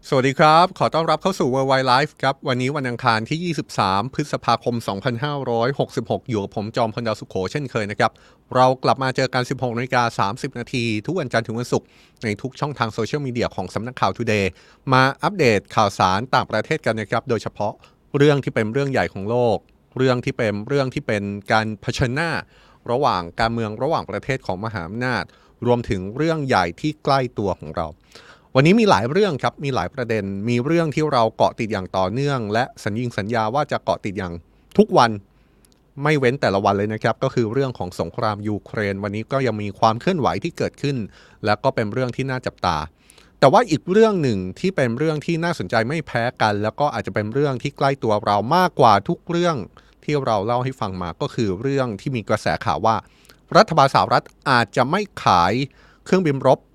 สวัสดีครับขอต้อนรับเข้าสู่ Worldwide Life ครับวันนี้วันอังคารที่ 23 พฤษภาคม 2566 อยู่กับผมจอมพลดาวสุขโขเช่นเคยนะครับเรากลับมาเจอกัน 16:30 นาทีทุกวันจันทร์ถึงวันศุกร์ในทุกช่องทางโซเชียลมีเดียของสำนักข่าว Today มาอัปเดตข่าวสารต่างประเทศกันนะครับโดยเฉพาะเรื่องที่เป็นเรื่องใหญ่ของโลกเรื่องที่เป็นการเผชิญหน้าระหว่างการเมืองระหว่างประเทศของมหาอำนาจรวมถึงเรื่องใหญ่ที่ใกล้ตัวของเรา วันนี้มีหลายเรื่องครับมีหลายประเด็นมีเรื่องที่เราเกาะติดอย่างต่อเนื่องและสัญญาว่าจะเกาะติดอย่างทุกวันไม่เว้นแต่ละวันเลยนะครับก็คือเรื่องของสงครามยูเครนวันนี้ก็ยังมีความเคลื่อนไหวที่เกิดขึ้นและก็เป็นเรื่องที่น่าจับตาแต่ว่าอีกเรื่องหนึ่งที่เป็นเรื่องที่น่าสนใจไม่แพ้กันแล้วก็อาจจะเป็นเรื่องที่ใกล้ตัวเรามากกว่าทุกเรื่องที่เราเล่าให้ฟังมาก็คือเรื่องที่มีกระแสข่าวว่ารัฐบาลสหรัฐอาจจะไม่ขายเครื่องบินรบ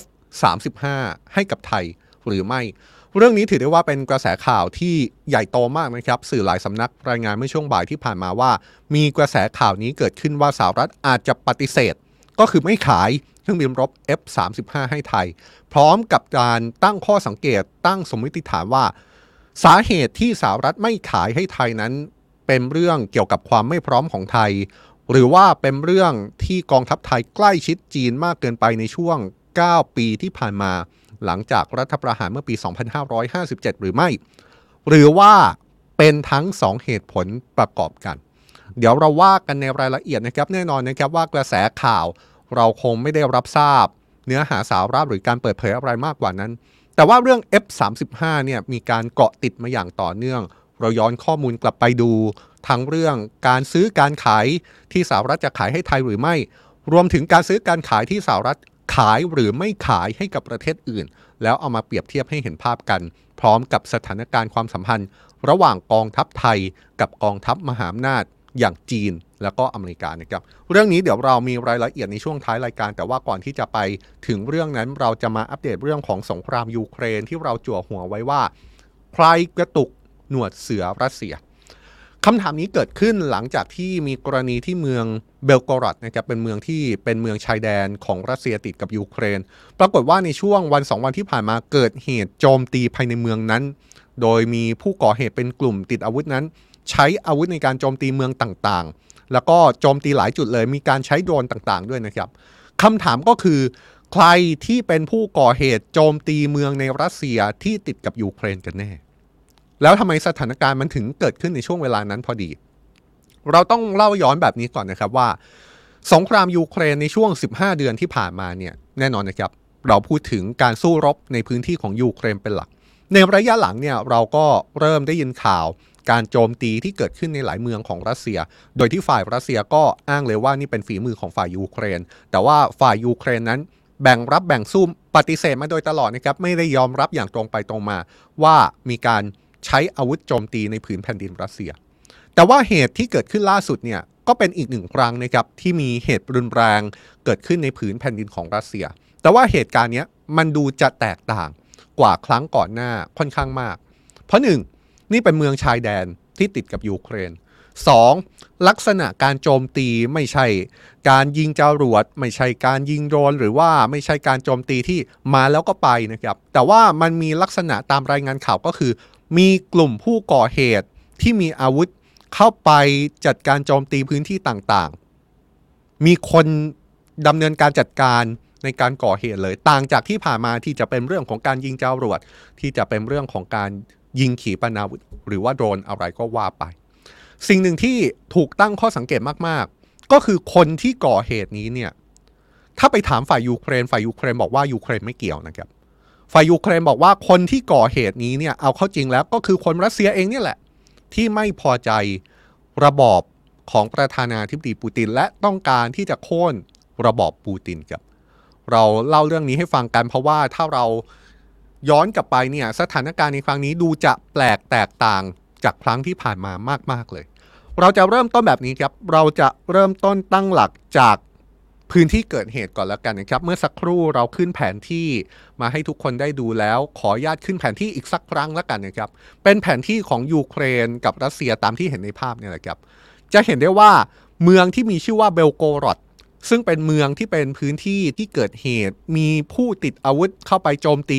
F-35 ให้กับไทยหรือไม่เรื่องนี้ถือได้ว่าเป็นกระแสข่าวที่ใหญ่โตมากนะครับสื่อหลายสำนักรายงานเมื่อช่วงบ่ายที่ผ่านมาว่ามีกระแสข่าวนี้เกิดขึ้นว่าสหรัฐอาจจะปฏิเสธก็คือไม่ขายเครื่องบินรบ F-35 ให้ไทยพร้อมกับการตั้งข้อสังเกตตั้งสมมติฐานว่าสาเหตุที่สหรัฐไม่ขายให้ไทยนั้นเป็นเรื่องเกี่ยวกับความไม่พร้อมของไทยหรือว่าเป็นเรื่องที่กองทัพไทยใกล้ชิดจีนมากเกินไปในช่วง9 ปีที่ผ่านมาหลังจากรัฐประหารเมื่อปี 2557 หรือไม่หรือว่าเป็นทั้ง2เหตุผลประกอบกันเดี๋ยวเราว่ากันในรายละเอียดนะครับแน่นอนนะครับว่ากระแสข่าวเราคงไม่ได้รับทราบเนื้อหาสาระหรือการเปิดเผยอะไรมากกว่านั้นแต่ว่าเรื่อง F-35 เนี่ยมีการเกาะติดมาอย่างต่อเนื่องเราย้อนข้อมูลกลับไปดูทั้งเรื่องการซื้อการขายที่สหรัฐจะขายให้ไทยหรือไม่รวมถึงการซื้อการขายที่สหรัฐขายหรือไม่ขายให้กับประเทศอื่นแล้วเอามาเปรียบเทียบให้เห็นภาพกันพร้อมกับสถานการณ์ความสัมพันธ์ระหว่างกองทัพไทยกับกองทัพมหาอำนาจอย่างจีนแล้วก็อเมริกานะครับเรื่องนี้เดี๋ยวเรามีรายละเอียดในช่วงท้ายรายการแต่ว่าก่อนที่จะไปถึงเรื่องนั้นเราจะมาอัปเดตเรื่องของสงครามยูเครนที่เราจั่วหัวไว้ว่าใครกระตุกหนวดเสือรัสเซียคำถามนี้เกิดขึ้นหลังจากที่มีกรณีที่เมืองเบลโกรอดนะครับเป็นเมืองที่เป็นเมืองชายแดนของรัสเซียติดกับยูเครนปรากฏว่าในช่วงวัน2 วันที่ผ่านมาเกิดเหตุโจมตีภายในเมืองนั้นโดยมีผู้ก่อเหตุเป็นกลุ่มติดอาวุธนั้นใช้อาวุธในการโจมตีเมืองต่างๆแล้วก็โจมตีหลายจุดเลยมีการใช้โดรนต่างๆด้วยนะครับคำถามก็คือใครที่เป็นผู้ก่อเหตุโจมตีเมืองในรัสเซียที่ติดกับยูเครนกันแน่แล้วทำไมสถานการณ์มันถึงเกิดขึ้นในช่วงเวลานั้นพอดีเราต้องเล่าย้อนแบบนี้ก่อนนะครับว่าสงครามยูเครนในช่วง15 เดือนที่ผ่านมาเนี่ยแน่นอนนะครับเราพูดถึงการสู้รบในพื้นที่ของยูเครนเป็นหลักในระยะหลังเนี่ยเราก็เริ่มได้ยินข่าวการโจมตีที่เกิดขึ้นในหลายเมืองของรัสเซียโดยที่ฝ่ายรัสเซียก็อ้างเลยว่านี่เป็นฝีมือของฝ่ายยูเครนแต่ว่าฝ่ายยูเครนนั้นแบ่งรับแบ่งสู้ปฏิเสธมาโดยตลอดนะครับไม่ได้ยอมรับอย่างตรงไปตรงมาว่ามีการใช้อาวุธโจมตีในผืนแผ่นดินรัสเซียแต่ว่าเหตุที่เกิดขึ้นล่าสุดเนี่ยก็เป็นอีกหนึ่งครั้งนะครับที่มีเหตุรุนแรงเกิดขึ้นในผืนแผ่นดินของรัสเซียแต่ว่าเหตุการณ์นี้มันดูจะแตกต่างกว่าครั้งก่อนหน้าค่อนข้างมากเพราะหนึ่งนี่เป็นเมืองชายแดนที่ติดกับยูเครน2ลักษณะการโจมตีไม่ใช่การยิงจรวดไม่ใช่การยิงโดรนหรือว่าไม่ใช่การโจมตีที่มาแล้วก็ไปนะครับแต่ว่ามันมีลักษณะตามรายงานข่าวก็คือมีกลุ่มผู้ก่อเหตุที่มีอาวุธเข้าไปจัดการโจมตีพื้นที่ต่างๆมีคนดำเนินการจัดการในการก่อเหตุเลยต่างจากที่ผ่านมาที่จะเป็นเรื่องของการยิงจรวดที่จะเป็นเรื่องของการยิงขีปนาวุธหรือว่าโดรนอะไรก็ว่าไปสิ่งหนึ่งที่ถูกตั้งข้อสังเกตมากๆก็คือคนที่ก่อเหตุนี้เนี่ยถ้าไปถามฝ่ายยูเครนบอกว่ายูเครนไม่เกี่ยวนะครับฝ่ายยูเครนบอกว่าคนที่ก่อเหตุนี้เนี่ยเอาเข้าจริงแล้วก็คือคนรัสเซียเองเนี่ยแหละที่ไม่พอใจระบอบของประธานาธิบดีปูตินและต้องการที่จะโค่นระบอบปูตินครับเราเล่าเรื่องนี้ให้ฟังกันเพราะว่าถ้าเราย้อนกลับไปเนี่ยสถานการณ์ในครั้งนี้ดูจะแปลกแตกต่างจากครั้งที่ผ่านมามากๆเลยเราจะเริ่มต้นแบบนี้ครับเราจะเริ่มต้นตั้งหลักจากพื้นที่เกิดเหตุก่อนแล้วกันนะครับเมื่อสักครู่เราขึ้นแผนที่มาให้ทุกคนได้ดูแล้วขออนุญาตขึ้นแผนที่อีกสักครั้งแล้วกันนะครับเป็นแผนที่ของยูเครนกับรัสเซียตามที่เห็นในภาพเนี่ยแหละครับจะเห็นได้ว่าเมืองที่มีชื่อว่าเบลโกรอดซึ่งเป็นเมืองที่เป็นพื้นที่ที่เกิดเหตุมีผู้ติดอาวุธเข้าไปโจมตี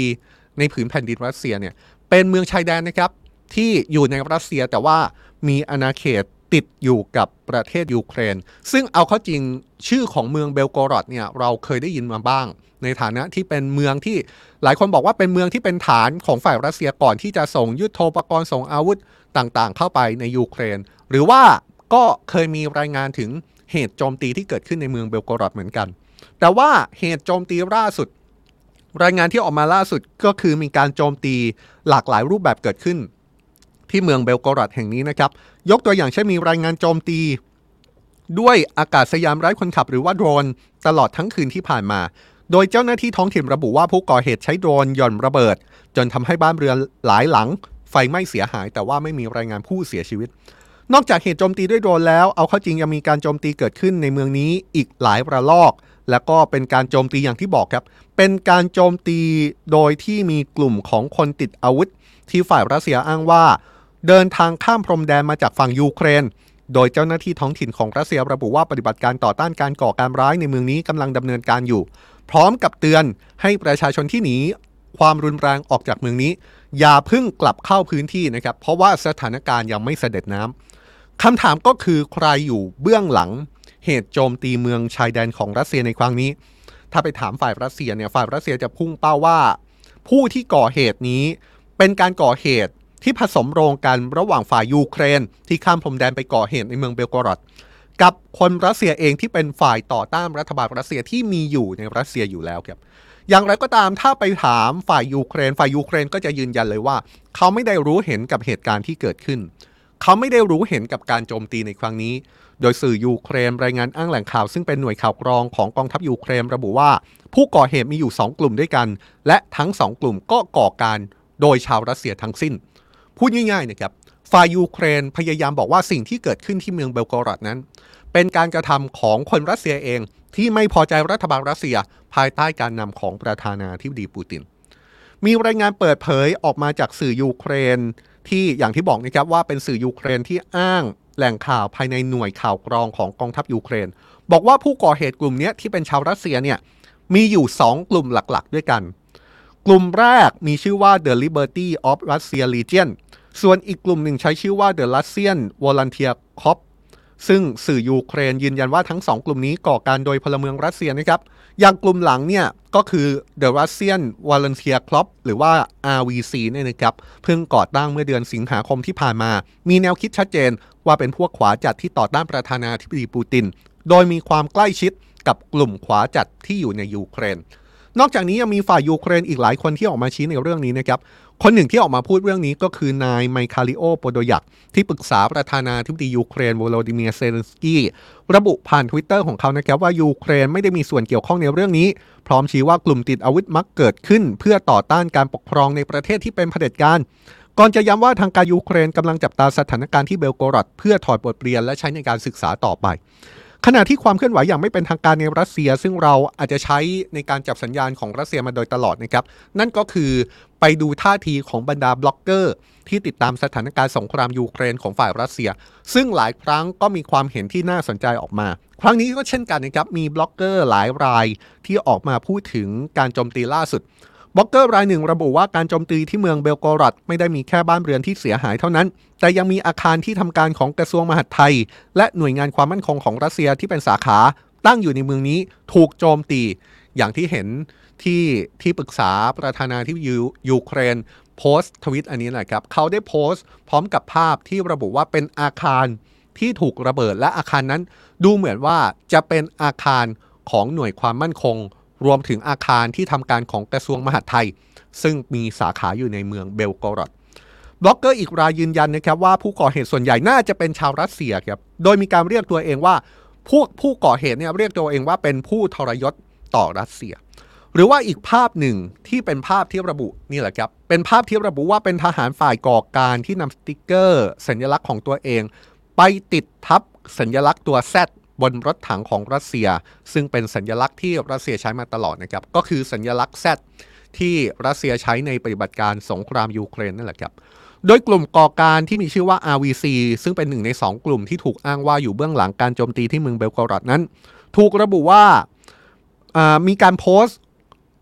ในผืนแผ่นดินรัสเซียเนี่ยเป็นเมืองชายแดนนะครับที่อยู่ในรัสเซียแต่ว่ามีอาณาเขตติดอยู่กับประเทศยูเครนซึ่งเอาเข้าจริงชื่อของเมืองเบลโกรดเนี่ยเราเคยได้ยินมาบ้างในฐานะที่เป็นเมืองที่หลายคนบอกว่าเป็นเมืองที่เป็นฐานของฝ่ายรัสเซียก่อนที่จะส่งยุทโธปกรณ์ส่งอาวุธต่างๆเข้าไปในยูเครนหรือว่าก็เคยมีรายงานถึงเหตุโจมตีที่เกิดขึ้นในเมืองเบลโกรดเหมือนกันแต่ว่าเหตุโจมตีล่าสุดรายงานที่ออกมาล่าสุดก็คือมีการโจมตีหลากหลายรูปแบบเกิดขึ้นที่เมืองเบลโกรดแห่งนี้นะครับยกตัวอย่างเช่นมีรายงานโจมตีด้วยอากาศยานไร้คนขับหรือว่าโดรนตลอดทั้งคืนที่ผ่านมาโดยเจ้าหน้าที่ท้องถิ่นระบุว่าผู้ก่อเหตุใช้โดรนหย่อนระเบิดจนทำให้บ้านเรือนหลายหลังไฟไหม้เสียหายแต่ว่าไม่มีรายงานผู้เสียชีวิตนอกจากเหตุโจมตีด้วยโดรนแล้วเอาเข้าจริงยังมีการโจมตีเกิดขึ้นในเมืองนี้อีกหลายระลอกและก็เป็นการโจมตีอย่างที่บอกครับเป็นการโจมตีโดยที่มีกลุ่มของคนติดอาวุธที่ฝ่ายรัสเซียอ้างว่าเดินทางข้ามพรมแดนมาจากฝั่งยูเครนโดยเจ้าหน้าที่ท้องถิ่นของรัสเซียระบุว่าปฏิบัติการต่อต้านการก่อการร้ายในเมืองนี้กำลังดำเนินการอยู่พร้อมกับเตือนให้ประชาชนที่หนีความรุนแรงออกจากเมืองนี้อย่าเพิ่งกลับเข้าพื้นที่นะครับเพราะว่าสถานการณ์ยังไม่เสด็จน้ำคำถามก็คือใครอยู่เบื้องหลังเหตุโจมตีเมืองชายแดนของรัสเซียในครั้งนี้ถ้าไปถามฝ่ายรัสเซียเนี่ยฝ่ายรัสเซียจะพุ่งเป้าว่าผู้ที่ก่อเหตุนี้เป็นการก่อเหตุที่ผสมโรงกันระหว่างฝ่ายยูเครนที่ข้ามพรมแดนไปก่อเหตุในเมืองเบลโกรดกับคนรัสเซียเองที่เป็นฝ่ายต่อต้านรัฐบาลรัสเซียที่มีอยู่ในรัสเซียอยู่แล้วครับอย่างไรก็ตามถ้าไปถามฝ่ายยูเครนก็จะยืนยันเลยว่าเขาไม่ได้รู้เห็นกับเหตุการณ์ที่เกิดขึ้นเขาไม่ได้รู้เห็นกับการโจมตีในครั้งนี้โดยสื่อยูเครนรายงานอ้างแหล่งข่าวซึ่งเป็นหน่วยข่าวกรองของกองทัพยูเครนระบุว่าผู้ก่อเหตุมีอยู่2กลุ่มด้วยกันและทั้ง2กลุ่มก็ก่อการโดยชาวรัสเซียทั้งสิ้นพูดง่ายๆนะครับฝ่ายยูเครนพยายามบอกว่าสิ่งที่เกิดขึ้นที่เมืองเบลโกรดนั้นเป็นการกระทำของคนรัสเซียเองที่ไม่พอใจรัฐบาลรัสเซียภายใต้การนำของประธานาธิบดีปูตินมีรายงานเปิดเผยออกมาจากสื่อยูเครนที่อย่างที่บอกนะครับว่าเป็นสื่อยูเครนที่อ้างแหล่งข่าวภายในหน่วยข่าวกรองของกองทัพยูเครนบอกว่าผู้ก่อเหตุกลุ่มนี้ที่เป็นชาวรัสเซียเนี่ยมีอยู่2กลุ่มหลักๆด้วยกันกลุ่มแรกมีชื่อว่า The Liberty of Russia Legion ส่วนอีกกลุ่มหนึ่งใช้ชื่อว่า The Russian Volunteer Corps ซึ่งสื่อยูเครนยืนยันว่าทั้ง2กลุ่มนี้ก่อการโดยพลเมืองรัสเซียนะครับอย่างกลุ่มหลังเนี่ยก็คือ The Russian Volunteer Corps หรือว่า RVC เนี่ยนะครับเพิ่งก่อตั้งเมื่อเดือนสิงหาคมที่ผ่านมามีแนวคิดชัดเจนว่าเป็นพวกขวาจัดที่ต่อต้านประธานาธิบดีปูตินโดยมีความใกล้ชิดกับกลุ่มขวาจัดที่อยู่ในยูเครนนอกจากนี้ยังมีฝ่ายยูเครนอีกหลายคนที่ออกมาชี้ในเรื่องนี้นะครับคนหนึ่งที่ออกมาพูดเรื่องนี้ก็คือนายไมคาลิโอโปโดยักที่ปรึกษาประธานาธิบดียูเครนโวโลดิเมียร์เซเลนสกี้ระบุผ่าน Twitter ของเขานะครับว่ายูเครนไม่ได้มีส่วนเกี่ยวข้องในเรื่องนี้พร้อมชี้ว่ากลุ่มติดอาวุธมักเกิดขึ้นเพื่อต่อต้านการปกครองในประเทศที่เป็นเผด็จการก่อนจะย้ำว่าทางการยูเครนกำลังจับตาสถานการณ์ที่เบลโกรดเพื่อถอดบทเรียนและใช้ในการศึกษาต่อไปขณะที่ความเคลื่อนไหวอย่างไม่เป็นทางการในรัสเซียซึ่งเราอาจจะใช้ในการจับสัญญาณของรัสเซียมาโดยตลอดนะครับนั่นก็คือไปดูท่าทีของบรรดาบล็อกเกอร์ที่ติดตามสถานการณ์สงครามยูเครนของฝ่ายรัสเซียซึ่งหลายครั้งก็มีความเห็นที่น่าสนใจออกมาครั้งนี้ก็เช่นกันนะครับมีบล็อกเกอร์หลายรายที่ออกมาพูดถึงการโจมตีล่าสุดบล็อกเกอร์รายหนึ่งระบุว่าการโจมตีที่เมืองเบลโกรดไม่ได้มีแค่บ้านเรือนที่เสียหายเท่านั้นแต่ยังมีอาคารที่ทำการของกระทรวงมหาดไทยและหน่วยงานความมั่นคงของรัสเซียที่เป็นสาขาตั้งอยู่ในเมืองนี้ถูกโจมตีอย่างที่เห็นที่ปรึกษาประธานาธิบดียูเครนโพสต์ทวิตอันนี้แหละครับเขาได้โพสต์พร้อมกับภาพที่ระบุว่าเป็นอาคารที่ถูกระเบิดและอาคารนั้นดูเหมือนว่าจะเป็นอาคารของหน่วยความมั่นคงรวมถึงอาคารที่ทำการของกระทรวงมหาดไทยซึ่งมีสาขาอยู่ในเมืองเบลโกรดบล็อกเกอร์อีกรายยืนยันนะครับว่าผู้ก่อเหตุส่วนใหญ่น่าจะเป็นชาวรัสเซียครับโดยมีการเรียกตัวเองว่าพวกผู้ก่อเหตุเนี่ยเรียกตัวเองว่าเป็นผู้ทรยศต่อรัสเซียหรือว่าอีกภาพหนึ่งที่เป็นภาพที่ระบุนี่แหละครับเป็นภาพที่ระบุว่าเป็นทหารฝ่ายก่อการที่นำสติ๊กเกอร์สัญลักษณ์ของตัวเองไปติดทับสัญลักษณ์ตัว Z บนรถถังของรัสเซียซึ่งเป็นสัญลักษณ์ที่รัสเซียใช้มาตลอดนะครับก็คือสัญลักษณ์ Z ที่รัสเซียใช้ในปฏิบัติการสงครามยูเครนนั่นแหละครับโดยกลุ่มก่อการที่มีชื่อว่า RVC ซึ่งเป็นหนึ่งใน2กลุ่มที่ถูกอ้างว่าอยู่เบื้องหลังการโจมตีที่เมืองเบลโกรดนั้นถูกระบุว่ามีการโพสต์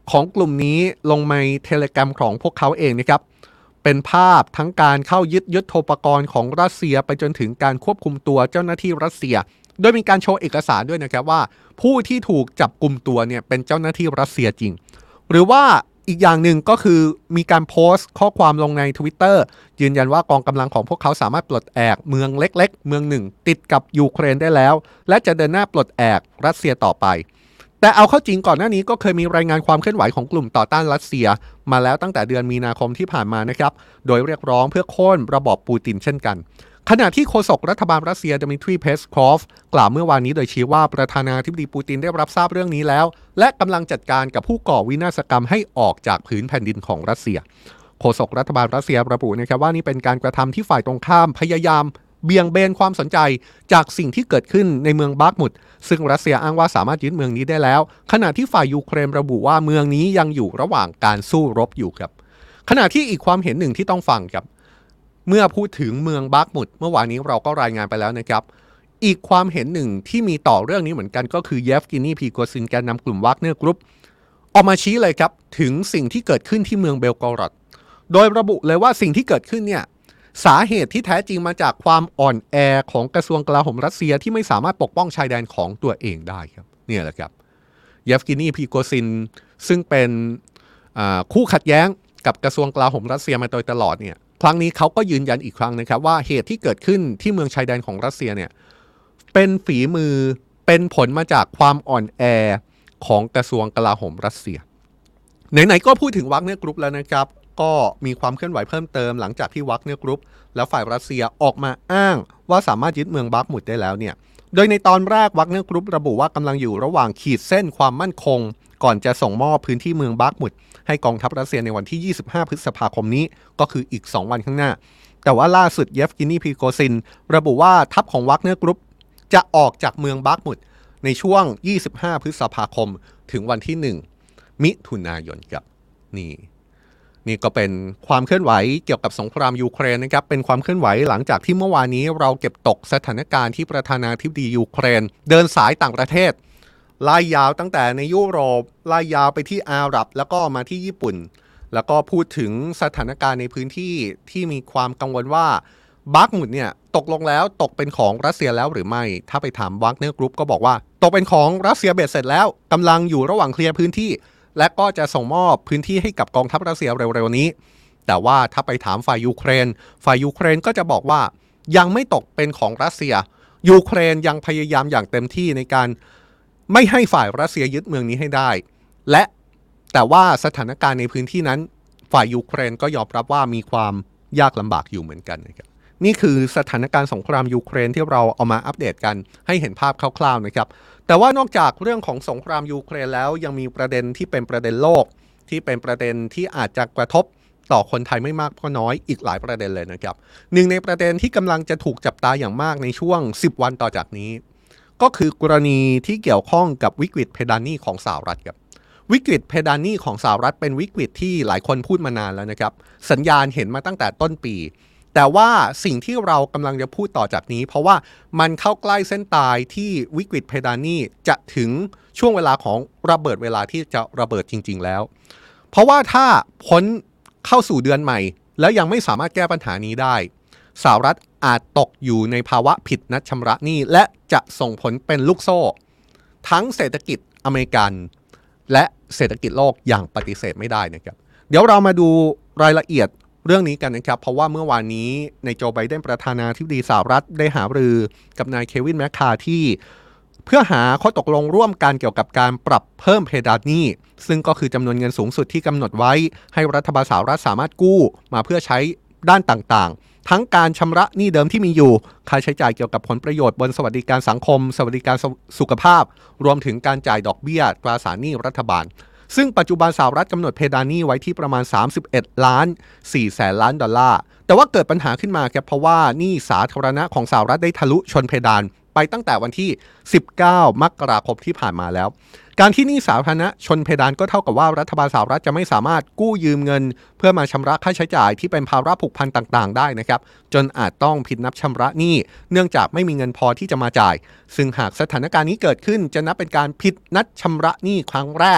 ของกลุ่มนี้ลงในเทเลแกรมของพวกเขาเองนะครับเป็นภาพทั้งการเข้ายึดยุทโธปกรณ์ของรัสเซียไปจนถึงการควบคุมตัวเจ้าหน้าที่รัสเซียโดยมีการโชว์เอกสารด้วยนะครับว่าผู้ที่ถูกจับกลุ่มตัวเนี่ยเป็นเจ้าหน้าที่รัสเซียจริงหรือว่าอีกอย่างหนึ่งก็คือมีการโพสต์ข้อความลงใน Twitter ยืนยันว่ากองกำลังของพวกเขาสามารถปลดแอกเมืองเล็กๆเมืองหนึ่งติดกับยูเครนได้แล้วและจะเดินหน้าปลดแอกรัสเซียต่อไปแต่เอาเข้าจริงก่อนหน้านี้ก็เคยมีรายงานความเคลื่อนไหวของกลุ่มต่อต้านรัสเซียมาแล้วตั้งแต่เดือนมีนาคมที่ผ่านมานะครับโดยเรียกร้องเพื่อโค่นระบอบปูตินเช่นกันขณะที่โฆษกรัฐบาลรัสเซียดมิทรีเพสคอฟกล่าวเมื่อวานนี้โดยชี้ว่าประธานาธิบดีปูตินได้รับทราบเรื่องนี้แล้วและกำลังจัดการกับผู้ก่อวินาศกรรมให้ออกจากผืนแผ่นดินของรัสเซียโฆษกรัฐบาลรัสเซียระบุนะครับว่านี่เป็นการกระทำที่ฝ่ายตรงข้ามพยายามเบี่ยงเบนความสนใจจากสิ่งที่เกิดขึ้นในเมืองบาร์กมุดซึ่งรัสเซียอ้างว่าสามารถยึดเมืองนี้ได้แล้วขณะที่ฝ่ายยูเครนระบุว่าเมืองนี้ยังอยู่ระหว่างการสู้รบอยู่ครับขณะที่อีกความเห็นหนึ่งที่ต้องฟังครับเมื่อพูดถึงเมืองบาร์กมุดเมื่อวานนี้เราก็รายงานไปแล้วนะครับอีกความเห็นหนึ่งที่มีต่อเรื่องนี้เหมือนกันก็คือเยฟกินีพีโกซินแกนนำกลุ่มวากเนอร์กรุ๊ปออกมาชี้เลยครับถึงสิ่งที่เกิดขึ้นที่เมืองเบลกอรอดโดยระบุเลยว่าสิ่งที่เกิดขึ้นเนี่ยสาเหตุที่แท้จริงมาจากความอ่อนแอของกระทรวงกลาโหมรัสเซียที่ไม่สามารถปกป้องชายแดนของตัวเองได้ครับเนี่ยแหละครับเยฟกินีพีโกซินซึ่งเป็นคู่ขัดแย้งกับกระทรวงกลาโหมรัสเซียมาโดยตลอดเนี่ยครั้งนี้เขาก็ยืนยันอีกครั้งนะครับว่าเหตุที่เกิดขึ้นที่เมืองชายแดนของรัสเซียเนี่ยเป็นฝีมือเป็นผลมาจากความอ่อนแอของกระทรวงกลาโหมรัสเซียไหนๆก็พูดถึงวักเนอร์กรุ๊ปแล้วนะครับก็มีความเคลื่อนไหวเพิ่มเติมหลังจากที่วักเนอร์กรุ๊ปแล้วฝ่ายรัสเซียออกมาอ้างว่าสามารถยึดเมืองบาร์กมุดได้แล้วเนี่ยโดยในตอนแรกวักเนอร์กรุ๊ประบุว่ากำลังอยู่ระหว่างขีดเส้นความมั่นคงก่อนจะส่งมอบพื้นที่เมืองบาร์กมุดให้กองทัพรัสเซียในวันที่25พฤษภาคมนี้ก็คืออีก2วันข้างหน้าแต่ว่าล่าสุดเยฟกินีพีโกซินระบุว่าทัพของวักเนอร์กรุ๊ปจะออกจากเมืองบาร์กมุดในช่วง25พฤษภาคมถึงวันที่1มิถุนายนครับนี่ก็เป็นความเคลื่อนไหวเกี่ยวกับสงครามยูเครนนะครับเป็นความเคลื่อนไหวหลังจากที่เมื่อวานนี้เราเก็บตกสถานการณ์ที่ประธานาธิบดียูเครนเดินสายต่างประเทศไล่ยาวตั้งแต่ในยุโรปไล่ยาวไปที่อาหรับแล้วก็มาที่ญี่ปุ่นแล้วก็พูดถึงสถานการณ์ในพื้นที่ที่มีความกังวลว่าบาร์กมุดเนี่ยตกลงแล้วตกเป็นของรัสเซียแล้วหรือไม่ถ้าไปถามวากเนอร์กรุ๊ปก็บอกว่าตกเป็นของรัสเซียเบ็ดเสร็จแล้วกำลังอยู่ระหว่างเคลียร์พื้นที่และก็จะส่งมอบพื้นที่ให้กับกองทัพรัสเซียเร็วๆนี้แต่ว่าถ้าไปถามฝ่ายยูเครนก็จะบอกว่ายังไม่ตกเป็นของรัสเซียยูเครนยังพยายามอย่างเต็มที่ในการไม่ให้ฝ่ายรัสเซียยึดเมืองนี้ให้ได้และแต่ว่าสถานการณ์ในพื้นที่นั้นฝ่ายยูเครนก็ยอมรับว่ามีความยากลำบากอยู่เหมือนกันนะครับนี่คือสถานการณ์สงครามยูเครนที่เราเอามาอัปเดตกันให้เห็นภาพคร่าวๆนะครับแต่ว่านอกจากเรื่องของสงครามยูเครนแล้วยังมีประเด็นที่เป็นประเด็นโลกที่เป็นประเด็นที่อาจจะกระทบต่อคนไทยไม่มากก็น้อยอีกหลายประเด็นเลยนะครับหนึ่งในประเด็นที่กำลังจะถูกจับตาอย่างมากในช่วง10วันต่อจากนี้ก็คือกรณีที่เกี่ยวข้องกับวิกฤตเพดานหนี้ของสหรัฐครับวิกฤตเพดานหนี้ของสหรัฐเป็นวิกฤตที่หลายคนพูดมานานแล้วนะครับสัญญาณเห็นมาตั้งแต่ต้นปีแต่ว่าสิ่งที่เรากำลังจะพูดต่อจากนี้เพราะว่ามันเข้าใกล้เส้นตายที่วิกฤตเพดานหนี้จะถึงช่วงเวลาของระเบิดเวลาที่จะระเบิดจริงๆแล้วเพราะว่าถ้าพ้นเข้าสู่เดือนใหม่แล้วยังไม่สามารถแก้ปัญหานี้ได้สหรัฐอาจตกอยู่ในภาวะผิดนัดชำระหนี้และจะส่งผลเป็นลูกโซ่ทั้งเศรษฐกิจอเมริกันและเศรษฐกิจโลกอย่างปฏิเสธไม่ได้นะครับเดี๋ยวเรามาดูรายละเอียดเรื่องนี้กันนะครับเพราะว่าเมื่อวานนี้ในโจไบเดนประธานาธิบดีสหรัฐได้หารือกับนายเควินแมคคาที่เพื่อหาข้อตกลงร่วมกันเกี่ยวกับการปรับเพิ่มเพดานหนี้ซึ่งก็คือจำนวนเงินสูงสุดที่กำหนดไว้ให้รัฐบาลสหรัฐสามารถกู้มาเพื่อใช้ด้านต่างๆทั้งการชำระหนี้เดิมที่มีอยู่ค่าใช้จ่ายเกี่ยวกับผลประโยชน์บนสวัสดิการสังคมสวัสดิการสุขภาพรวมถึงการจ่ายดอกเบี้ยตราสารหนี้รัฐบาลซึ่งปัจจุบันสหรัฐกำหนดเพดานหนี้ไว้ที่ประมาณ31ล้าน4แสนล้านดอลลาร์แต่ว่าเกิดปัญหาขึ้นมาครับเพราะว่าหนี้สาธารณะของสหรัฐได้ทะลุชนเพดานไปตั้งแต่วันที่19มกราคมที่ผ่านมาแล้วการที่หนี้สาธารณะชนเพดานก็เท่ากับว่ารัฐบาลสหรัฐจะไม่สามารถกู้ยืมเงินเพื่อมาชำระค่าใช้จ่ายที่เป็นภาระผูกพันต่างๆได้นะครับจนอาจต้องผิดนัดชำระหนี้เนื่องจากไม่มีเงินพอที่จะมาจ่ายซึ่งหากสถานการณ์นี้เกิดขึ้นจะนับเป็นการผิดนัดชำระหนี้ครั้งแรก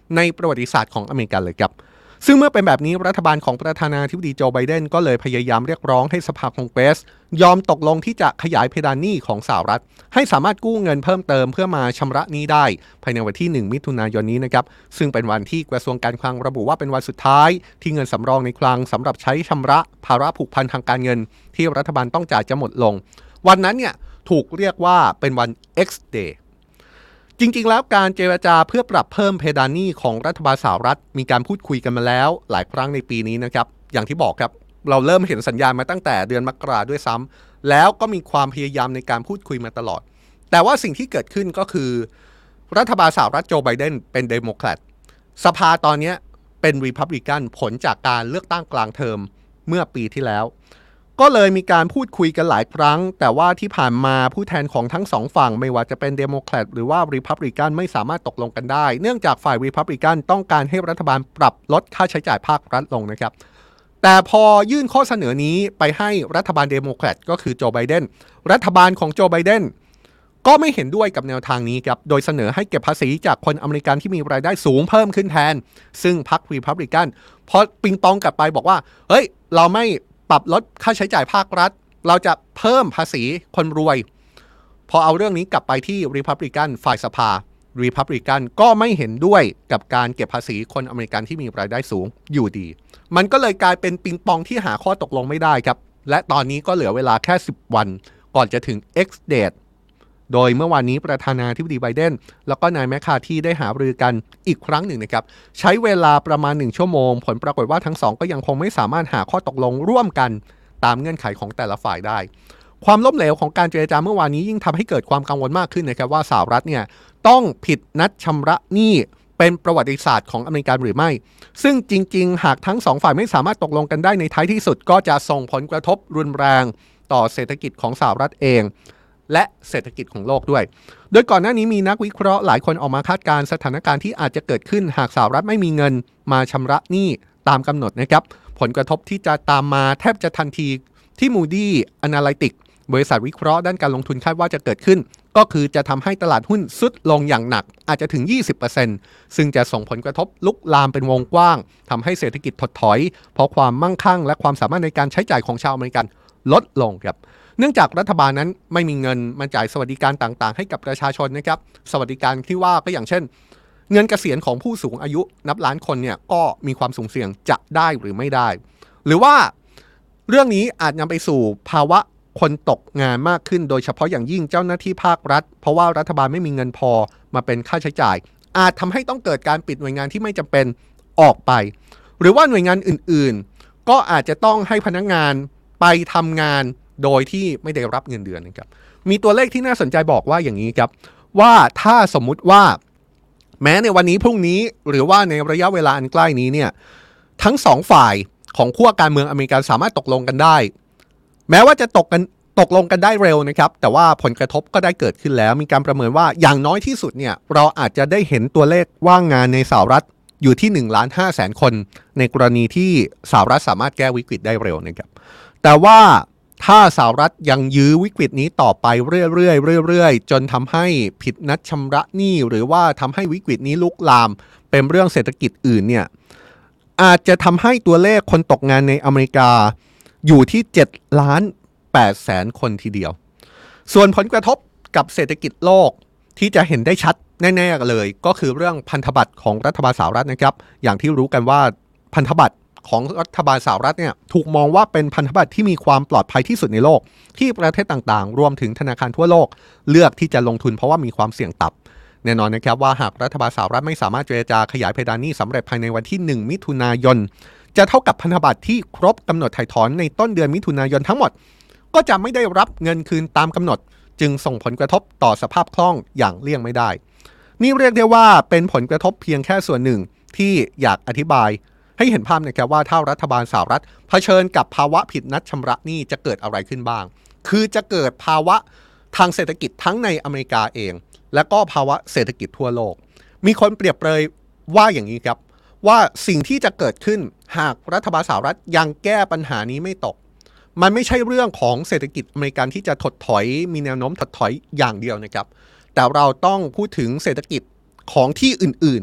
ในประวัติศาสตร์ของอเมริกันเลยครับซึ่งเมื่อเป็นแบบนี้รัฐบาลของประธานาธิบดีโจไบเดนก็เลยพยายามเรียกร้องให้สภาคองเกรสยอมตกลงที่จะขยายเพดานหนี้ของสหรัฐให้สามารถกู้เงินเพิ่มเติมเพื่อมาชำระหนี้ได้ภายในวันที่1มิถุนายนนี้นะครับซึ่งเป็นวันที่กระทรวงการคลังระบุว่าเป็นวันสุดท้ายที่เงินสำรองในคลังสำหรับใช้ชำระภาระผูกพันทางการเงินที่รัฐบาลต้องจ่ายจะหมดลงวันนั้นเนี่ยถูกเรียกว่าเป็นวัน X Dayจริงๆแล้วการเจรจาเพื่อปรับเพิ่มเพดานหนี้ของรัฐบาลสหรัฐมีการพูดคุยกันมาแล้วหลายครั้งในปีนี้นะครับอย่างที่บอกครับเราเริ่มเห็นสัญญาณมาตั้งแต่เดือนมกราด้วยซ้ำแล้วก็มีความพยายามในการพูดคุยมาตลอดแต่ว่าสิ่งที่เกิดขึ้นก็คือรัฐบาลสหรัฐโจไบเดนเป็นเดโมแครตสภาตอนนี้เป็นรีพับลิกันผลจากการเลือกตั้งกลางเทอมเมื่อปีที่แล้วก็เลยมีการพูดคุยกันหลายครั้งแต่ว่าที่ผ่านมาผู้แทนของทั้งสองฝั่งไม่ว่าจะเป็นเดโมแครตหรือว่ารีพับลิกันไม่สามารถตกลงกันได้เนื่องจากฝ่ายรีพับลิกันต้องการให้รัฐบาลปรับลดค่าใช้จ่ายภาครัฐลงนะครับแต่พอยื่นข้อเสนอนี้ไปให้รัฐบาลเดโมแครตก็คือโจไบเดนรัฐบาลของโจไบเดนก็ไม่เห็นด้วยกับแนวทางนี้ครับโดยเสนอให้เก็บภาษีจากคนอเมริกันที่มีรายได้สูงเพิ่มขึ้นแทนซึ่งพรรครีพับลิกันพอปิงปองกลับไปบอกว่าเฮ้ยเราไม่ปรับลดค่าใช้จ่ายภาครัฐเราจะเพิ่มภาษีคนรวยพอเอาเรื่องนี้กลับไปที่รีพับลิกันฝ่ายสภารีพับลิกันก็ไม่เห็นด้วยกับการเก็บภาษีคนอเมริกันที่มีรายได้สูงอยู่ดีมันก็เลยกลายเป็นปิงปองที่หาข้อตกลงไม่ได้ครับและตอนนี้ก็เหลือเวลาแค่10วันก่อนจะถึง X date โดยเมื่อวานนี้ประธานาธิบดีไบเดนแล้วก็นายแมคคาธีได้หารือกันอีกครั้งหนึ่งนะครับใช้เวลาประมาณ1ชั่วโมงผลปรากฏว่าทั้งสองก็ยังคงไม่สามารถหาข้อตกลงร่วมกันตามเงื่อนไขของแต่ละฝ่ายได้ความล้มเหลวของการเจรจาเมื่อวานนี้ยิ่งทำให้เกิดความกังวลมากขึ้นนะครับว่าสหรัฐเนี่ยต้องผิดนัดชำระหนี้เป็นประวัติศาสตร์ของอเมริกันหรือไม่ซึ่งจริงๆหากทั้งสองฝ่ายไม่สามารถตกลงกันได้ในท้ายที่สุดก็จะส่งผลกระทบรุนแรงต่อเศรษฐกิจของสหรัฐเองและเศรษฐกิจของโลกด้วยโดยก่อนหน้านี้มีนักวิเคราะห์หลายคนออกมาคาดการณ์สถานการณ์ที่อาจจะเกิดขึ้นหากสหรัฐไม่มีเงินมาชำระหนี้ตามกำหนดนะครับผลกระทบที่จะตามมาแทบจะทันทีที่ Moody Analytics บริษัทวิเคราะห์ด้านการลงทุนคาดว่าจะเกิดขึ้นก็คือจะทำให้ตลาดหุ้นทรุดลงอย่างหนักอาจจะถึง 20% ซึ่งจะส่งผลกระทบลุกลามเป็นวงกว้างทำให้เศรษฐกิจถดถอยเพราะความมั่งคั่งและความสามารถในการใช้จ่ายของชาวอเมริกันลดลงครับเนื่องจากรัฐบาลนั้นไม่มีเงินมาจ่ายสวัสดิการต่างๆให้กับประชาชนนะครับสวัสดิการที่ว่าก็อย่างเช่นเงินเกษียณของผู้สูงอายุนับล้านคนเนี่ยก็มีความสุ่มเสี่ยงจะได้หรือไม่ได้หรือว่าเรื่องนี้อาจนำไปสู่ภาวะคนตกงานมากขึ้นโดยเฉพาะอย่างยิ่งเจ้าหน้าที่ภาครัฐเพราะว่ารัฐบาลไม่มีเงินพอมาเป็นค่าใช้จ่ายอาจทำให้ต้องเกิดการปิดหน่วยงานที่ไม่จำเป็นออกไปหรือว่าหน่วยงานอื่นๆก็อาจจะต้องให้พนักงานไปทำงานโดยที่ไม่ได้รับเงินเดือนนะครับมีตัวเลขที่น่าสนใจบอกว่าอย่างนี้ครับว่าถ้าสมมุติว่าแม้ในวันนี้พรุ่งนี้หรือว่าในระยะเวลาอันใกล้นี้เนี่ยทั้งสองฝ่ายของขั้วการเมืองอเมริกันสามารถตกลงกันได้แม้ว่าจะตกลงกันได้เร็วนะครับแต่ว่าผลกระทบก็ได้เกิดขึ้นแล้วมีการประเมินว่าอย่างน้อยที่สุดเนี่ยเราอาจจะได้เห็นตัวเลขว่างงานในสหรัฐอยู่ที่ 1.5 ล้านคนในกรณีที่สหรัฐสามารถแก้วิกฤตได้เร็วนะครับแต่ว่าถ้าสหรัฐยังยื้อวิกฤตนี้ต่อไปเรื่อยๆจนทำให้ผิดนัดชำระหนี้หรือว่าทำให้วิกฤตนี้ลุกลามเป็นเรื่องเศรษฐกิจอื่นเนี่ยอาจจะทำให้ตัวเลขคนตกงานในอเมริกาอยู่ที่7.8 ล้านคนทีเดียวส่วนผลกระทบกับเศรษฐกิจโลกที่จะเห็นได้ชัดแน่ๆเลยก็คือเรื่องพันธบัตรของรัฐบาลสหรัฐนะครับอย่างที่รู้กันว่าพันธบัตรของรัฐบาลสหรัฐเนี่ยถูกมองว่าเป็นพันธบัตรที่มีความปลอดภัยที่สุดในโลกที่ประเทศต่างๆรวมถึงธนาคารทั่วโลกเลือกที่จะลงทุนเพราะว่ามีความเสี่ยงต่ำแน่นอนนะครับว่าหากรัฐบาลสหรัฐไม่สามารถเจรจาขยายเพดานหนี้สำเร็จภายในวันที่1มิถุนายนจะเท่ากับพันธบัตรที่ครบกำหนดถ่ายถอนในต้นเดือนมิถุนายนทั้งหมดก็จะไม่ได้รับเงินคืนตามกำหนดจึงส่งผลกระทบต่อสภาพคล่องอย่างเลี่ยงไม่ได้นี่เรียกได้ว่าเป็นผลกระทบเพียงแค่ส่วนหนึ่งที่อยากอธิบายให้เห็นภาพนะครับว่าถ้ารัฐบาลสหรัฐเผชิญกับภาวะผิดนัดชำระหนี้จะเกิดอะไรขึ้นบ้างคือจะเกิดภาวะทางเศรษฐกิจทั้งในอเมริกาเองและก็ภาวะเศรษฐกิจทั่วโลกมีคนเปรียบเปรยว่าอย่างนี้ครับว่าสิ่งที่จะเกิดขึ้นหากรัฐบาลสหรัฐยังแก้ปัญหานี้ไม่ตกมันไม่ใช่เรื่องของเศรษฐกิจอเมริกันที่จะถดถอยมีแนวโน้มถดถอยอย่างเดียวนะครับแต่เราต้องพูดถึงเศรษฐกิจของที่อื่น